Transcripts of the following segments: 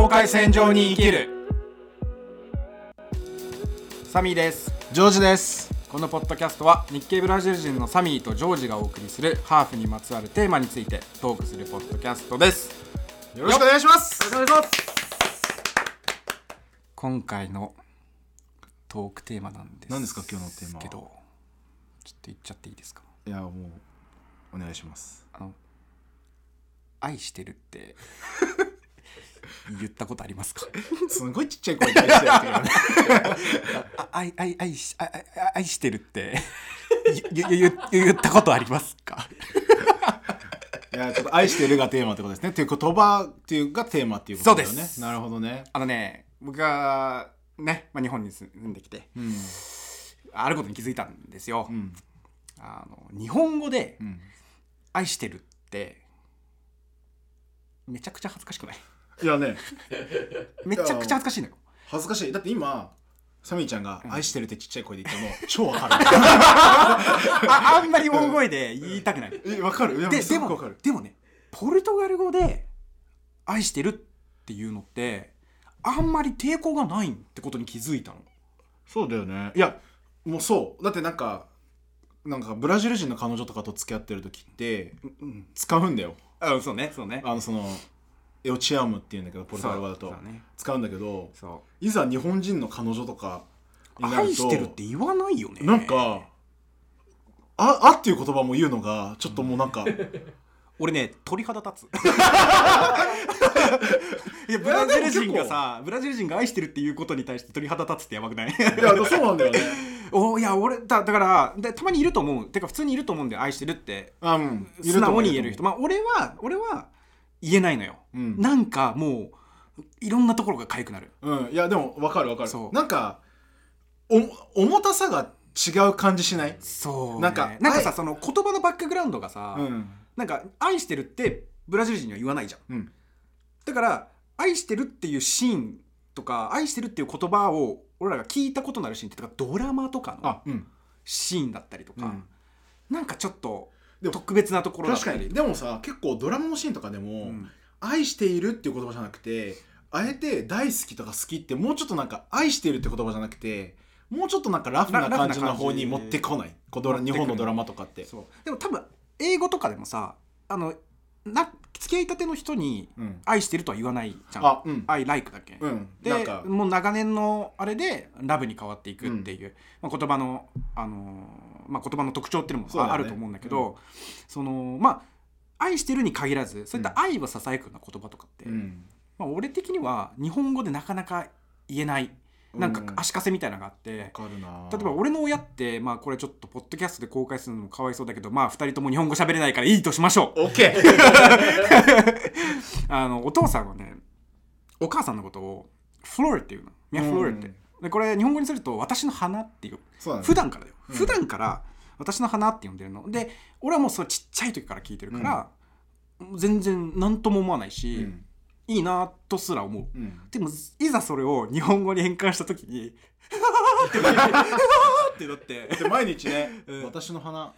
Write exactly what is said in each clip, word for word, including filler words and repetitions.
境界線上に生きる。サミーです。 ジョージです。 このポッドキャストは日系ブラジル人のサミーとジョージがお送りするハーフにまつわるテーマについてトークするポッドキャストです。 よろしくお願いします。 よろしくお願いします。今回のトークテーマなんです。 何ですか今日のテーマは。 けどちょっと言っちゃっていいですか。 いやもうお願いします。 あの愛してるって言ったことありますか？ すごいちっちゃい声で愛してるっていうね愛愛愛し愛愛してるって言言言ったことありますか？ いやちょっと愛してるがテーマってことですね。っていう言葉っていうがテーマっていうことだよね。 そうです。 なるほどね。 あのね、僕がね、まあ、日本に住んできて、うん、あることに気づいたんですよ。うん、あの日本語で愛してるってめちゃくちゃ恥ずかしくない？ いやねめちゃくちゃ恥ずかしいのよ。 恥ずかしい。だって今サミーちゃんが愛してるってちっちゃい声で言っても超わかるあ, あんまり大声で言いたくない。 えわかる。 で, で, もでもねポルトガル語で愛してるっていうのってあんまり抵抗がないってことに気づいたの。 そうだよね。いやもうそうだってなんかなんかブラジル人の彼女とかと付き合ってる時って、うん、使うんだよ。 あ、そうねそうね。あのそのエオチアムっていうんだけどポルトガル語だと、ね、使うんだけど、 そういざ日本人の彼女とかになると愛してるって言わないよね。 なんかああっていう言葉も言うのがちょっともうなんか、うん、 俺ね鳥肌立ついやブラジル人がさブラジル人が愛してるっていうことに対して鳥肌立つってやばくない？いやそうなんだよねおいや俺 だ, だからでたまにいると思う。てか普通にいると思うんで愛してるってあ、うん、 素直に言える人。まあ俺は俺は言えないのよ、うん、なんかもういろんなところが痒くなる。 うん、いやでも分かる分かる。そうなんかお重たさが違う感じしない？ そう、ね、 なんかなんかさその言葉のバックグラウンドがさ、うん、なんか愛してるってブラジル人には言わないじゃん、うん、だから愛してるっていうシーンとか愛してるっていう言葉を俺らが聞いたことのあるシーンってドラマとかのシーンだったりとか、うん、なんかちょっと特別なところだったり。 確かに。でもさ結構ドラマのシーンとかでも、うん、愛しているっていう言葉じゃなくてあえて大好きとか好きってもうちょっとなんか愛しているって言葉じゃなくてもうちょっとなんかラフな感じの方に持ってこない？こう日本のドラマとかって。 そうでも多分英語とかでもさあのな付き合いたての人に愛してるとは言わないじゃん、うん、あ、うん、I like だっけ、うん、でなんかもう長年のあれでラブに変わっていくっていう、うんまあ、言葉の、あのーまあ、言葉の特徴っていうのもそう、ね、あると思うんだけど、うん、そのまあ愛してるに限らずそういった愛をささやくような言葉とかって、うんまあ、俺的には日本語でなかなか言えないなんか足かせみたいなのがあって、 うん、るな。 例えば俺の親ってまあこれちょっとポッドキャストで公開するのもかわいそうだけどまあふたりとも日本語喋れないからいいとしましょう。 OK あのお父さんはねお母さんのことをフローレっていうのミャフローレって、うん、でこれ日本語にすると私の花っていう、そうだね、普段からだよ、うん、普段から私の花って呼んでるので俺はもうそれちっちゃい時から聞いてるから、うん、全然何とも思わないし、うんいいなとすら思う、うん、でもいざそれを日本語に変換した時にってなってなってで毎日ね、うん、私の花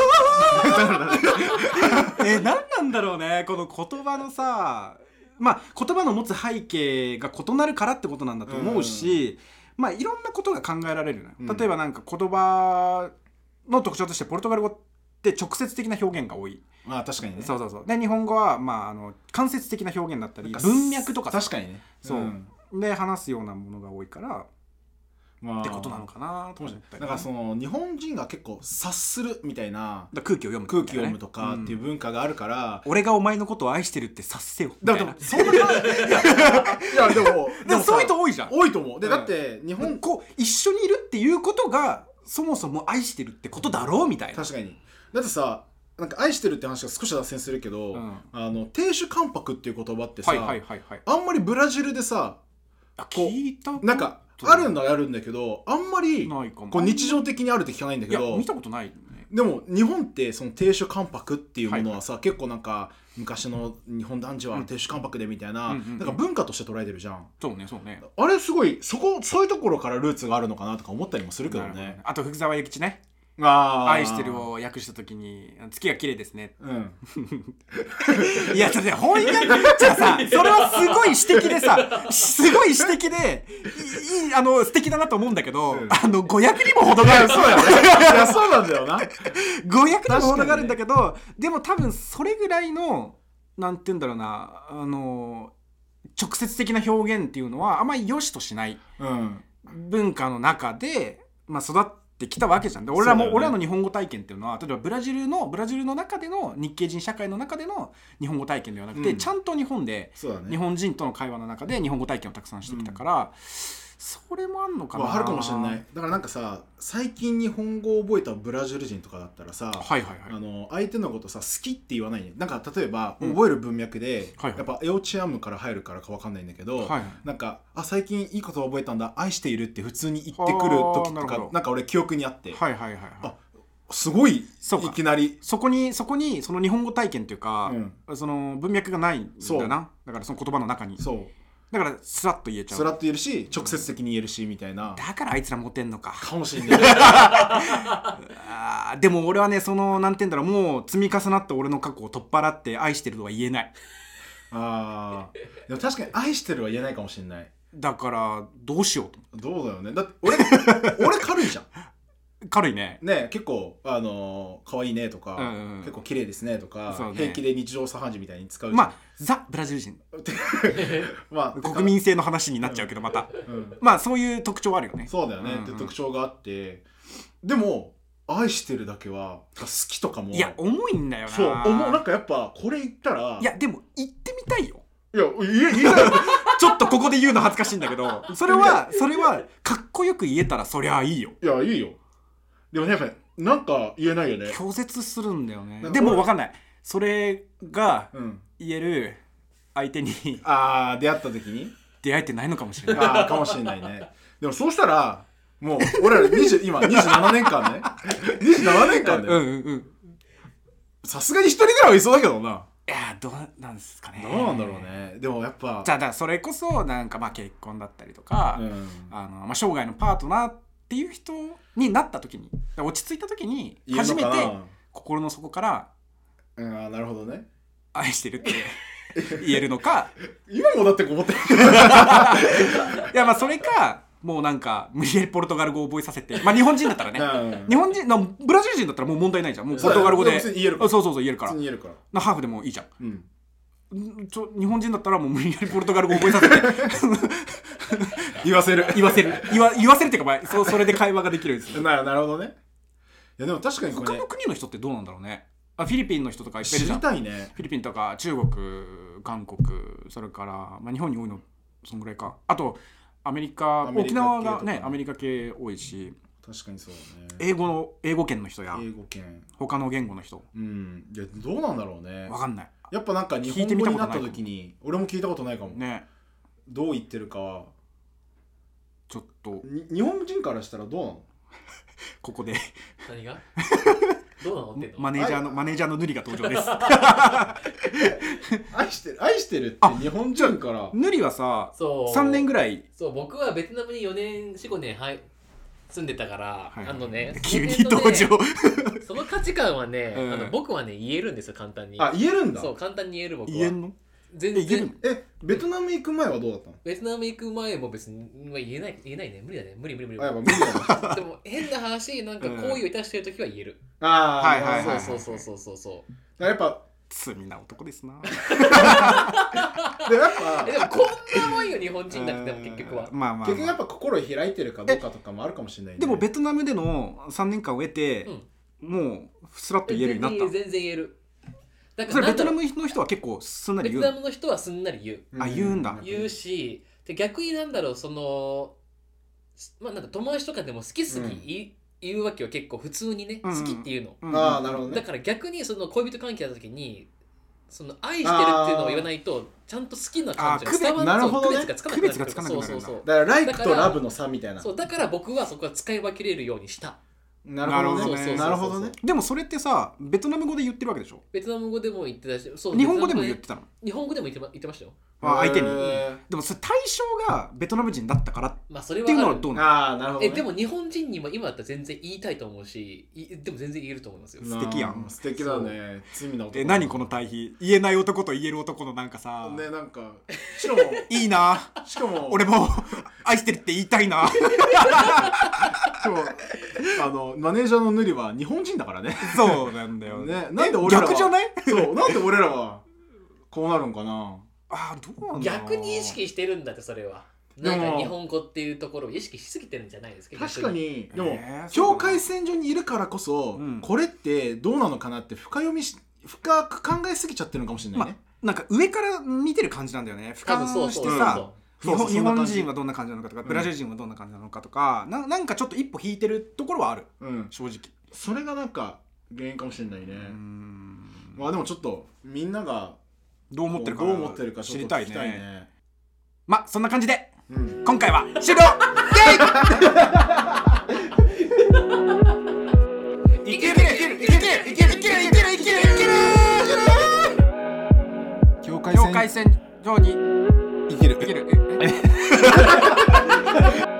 え何なんだろうねこの言葉のさまあ言葉の持つ背景が異なるからってことなんだと思うし、うん、まあいろんなことが考えられるのよ、うん、例えばなんか言葉の特徴としてポルトガル語って直接的な表現が多い。 まあ確かにね。 そうそうそうで日本語は、まあ、あの間接的な表現だったり文脈とか確かにね、 そう、うん、で話すようなものが多いから、まあ、ってことなのかなと思ったり、 なんかその日本人が結構察するみたいな空気を読む、ね、 空気を読むとかっていう文化があるから、 うん、俺がお前のことを愛してるって察せよみたいな。 だそんないやいやでもでもそういう人多いじゃん。 多いと思う。で、うん、だって日本こう一緒にいるっていうことがそもそも愛してるってことだろうみたいな。 確かに。だってさなんか愛してるって話が少し脱線するけど、うん、あの亭主関白っていう言葉ってさ、はいはいはいはい、あんまりブラジルでさこう聞いたことなんかあるんだあるんだけどあんまりこう日常的にあるって聞かないんだけど。 いや見たことない、ね、 でも日本ってその亭主関白っていうものはさ、はい、結構なんか昔の日本男児は亭主関白でみたいな、うん、なんか文化として捉えてるじゃん。 そうねそうね。 あれすごいそこそういうところからルーツがあるのかなとか思ったりもするけどね。 あと福沢諭吉ね。 愛してるを訳した時に月が綺麗ですね、うん、いやちょっとね翻訳じゃあさそれはすごい指摘でさすごい指摘でいいあの素敵だなと思うんだけど、うん、あの語訳にも程があるそうやねいやそうなんだよな語訳にも程があるんだけど、ね、でも多分それぐらいのなんて言うんだろうなあの直接的な表現っていうのはあまり良しとしない文化の中で、まあ、育ってきたわけじゃん。で俺らも、ね、俺らの日本語体験っていうのは例えばブラジルのブラジルの中での日系人社会の中での日本語体験ではなくて、うん、ちゃんと日本で、ね、日本人との会話の中で日本語体験をたくさんしてきたから、うんそれもあんのかな。 あるかもしれない。だからなんかさ最近日本語を覚えたブラジル人とかだったらさ、はいはいはい、あの相手のことさ好きって言わないね。なんか例えば、うん、覚える文脈で、はいはい、やっぱエオチアムから入るからか分かんないんだけど、はいはい、なんかあ最近いい言葉覚えたんだ愛しているって普通に言ってくる時とかなんか俺記憶にあって、はいはいはいはい、あすごいいきなりそこにそこにその日本語体験っていうか、うん、その文脈がないんだな。だからその言葉の中にそうだからスラッと言えちゃう。 スラッと言えるし直接的に言えるしみたいな。 だからあいつらモテんのかかもしれないあでも俺はねそのなんて言うんだろうもう積み重なった俺の過去を取っ払って愛してるとは言えない。 あでも確かに愛してるは言えないかもしれない。 だからどうしようとどうだよね。だって俺俺軽いじゃん軽いね。 ね結構あのー、可愛いねとか、うんうん、結構綺麗ですねとか、ね、平気で日常茶飯事みたいに使うじゃん。 まあザ・ブラジル人まあ国民性の話になっちゃうけどまた、うんうん、まあそういう特徴あるよね。 そうだよね、うんうん、って特徴があってでも愛してるだけは好きとかもいや重いんだよな。 そう思う。なんかやっぱこれ言ったらいやでも言ってみたいよ。 いや言え言えちょっとここで言うの恥ずかしいんだけどそれはそれはかっこよく言えたらそりゃいいよ。 いやいいよ。でもねやっぱりなんか言えないよね。 拒絶するんだよね。でも分かんないそれが言える相手に、うん、 あ出会った時に出会えてないのかもしれないあかもしれないね。でもそうしたらもう俺らにじゅう今にじゅうななねんかんねにじゅうななねんかんでさすがに一人ぐらいはいそうだけどな。 いやどうなんですかね。 どうなんだろうね。でもやっぱじゃあだそれこそなんかまあ結婚だったりとか、うん、あのまあ、生涯のパートナーっていう人になった時に落ち着いた時に初めて心の底からうん、あなるほどね愛してるって言えるのか今もだってこう思ってるいやまあそれかもうなんか無理やりポルトガル語を覚えさせてまあ日本人だったらね、うん、日本人のブラジル人だったらもう問題ないじゃん。もうポルトガル語でそう言えるからそうそうそう言えるから普通に言えるからなハーフでもいいじゃん、うん、ちょ日本人だったらもう無理やりポルトガル語を覚えさせて言わせる言わせる言わ言わせるっていうか、まあ、そ, それで会話ができるんですよな, なるほどね。いやでも確かにこれ、 他の国の人ってどうなんだろうね。あフィリピンの人とかいっぱいいるじゃん。 知りたいね。 フィリピンとか中国韓国それから、まあ、日本に多いのそんぐらいか。あとアメリカ沖縄がねアメリカ系多いし確かにそうだね。 英語の英語圏の人や英語圏他の言語の人うんいやどうなんだろうね。 分かんない。 やっぱなんか日本語になった時に俺も聞いたことないかもね。どう言ってるかはちょっと日本人からしたらどうなのここで何がどうなのってんのマネージャーのマネージャーのヌリが登場です愛してる愛してるって日本人からヌリはささんねんぐらいそう僕はベトナムによねん よんごねんはい住んでたから、はい、あのね急に登場その価値観はね、うん、あの僕はね言えるんですよ簡単に。 あ言えるんだ。 そう簡単に言える僕は。 言えんの全然えベトナム行く前はどうだったの？ ベトナム行く前も別に言えない言えないね無理だね無理無理無理あやっぱ無理だねでも変な話なんか行為をいたしてる時は言える、 うん、ああはいはいはいそうそうそうそうそうやっぱ罪な男ですなでやっぱでもこんなもんよ日本人だってでも結局は、 まあまあまあ、結局やっぱ心開いてるかどうかとかもあるかもしれないね。 でもベトナムでのさんねんかんを得て、うん、もうスラッと言えるようになった。 全然言える。 だからそれベトナムの人は結構すんなり言う。 ベトナムの人はすんなり言う。 あ言うんだ。 言うしで逆になんだろうそのまあなんか友達とかでも好き好き、うん言うわけよ結構普通にね、うん、好きっていうの、 うん、あなるほどね。 だから逆にその恋人関係の時にその愛してるっていうのを言わないとちゃんと好きな感じが伝わる、ね、区別がつかなくなる。 区別がつかなくなる。 そうそうそう。 だからライクとラブの差みたいな。 そうだから僕はそこは使い分けれるようにした。 なるほどね。なるほどね。 でもそれってさベトナム語で言ってるわけでしょ。 ベトナム語でも言ってたし、 そう日本語でも言ってたの。 日本語でも言ってま、言ってましたよ。 相手に。でもそれ対象がベトナム人だったからっていうのはどうなの？ ああなるほど、ね、 えでも日本人にも今だったら全然言いたいと思うし、でも全然言えると思いますよ。 素敵やん。 素敵だね。罪な男。 え何この対比？言えない男と言える男のなんかさ。 ねなんかしかもいいな。 しかも俺も愛してるって言いたいな。 しかもあのマネージャーのヌリは日本人だからね。 そうなんだよね。なんで俺らは逆じゃない？ そうなんで俺らはこうなるんかな。 あどうなんだ。 逆に意識してるんだってそれは。なんか日本語っていうところを意識しすぎてるんじゃないですか。 確かにでも、えー、境界線上にいるからこそ、うん、これってどうなのかなって深読みし深く考えすぎちゃってるのかもしれないね、 ま、なんか上から見てる感じなんだよね。俯瞰してさ日本人はどんな感じなのかとか、うん、ブラジル人はどんな感じなのかとか な, なんかちょっと一歩引いてるところはある、うん、正直それがなんか原因かもしれないね。うーんまあでもちょっとみんながどう思ってるかどう思ってるか知りたい ね, たいね。 まあそんな感じで、うん、今回は終了。イエイいけるいけるいけるいけるいけるいけるいけるいけるいける境界線上にいけるいける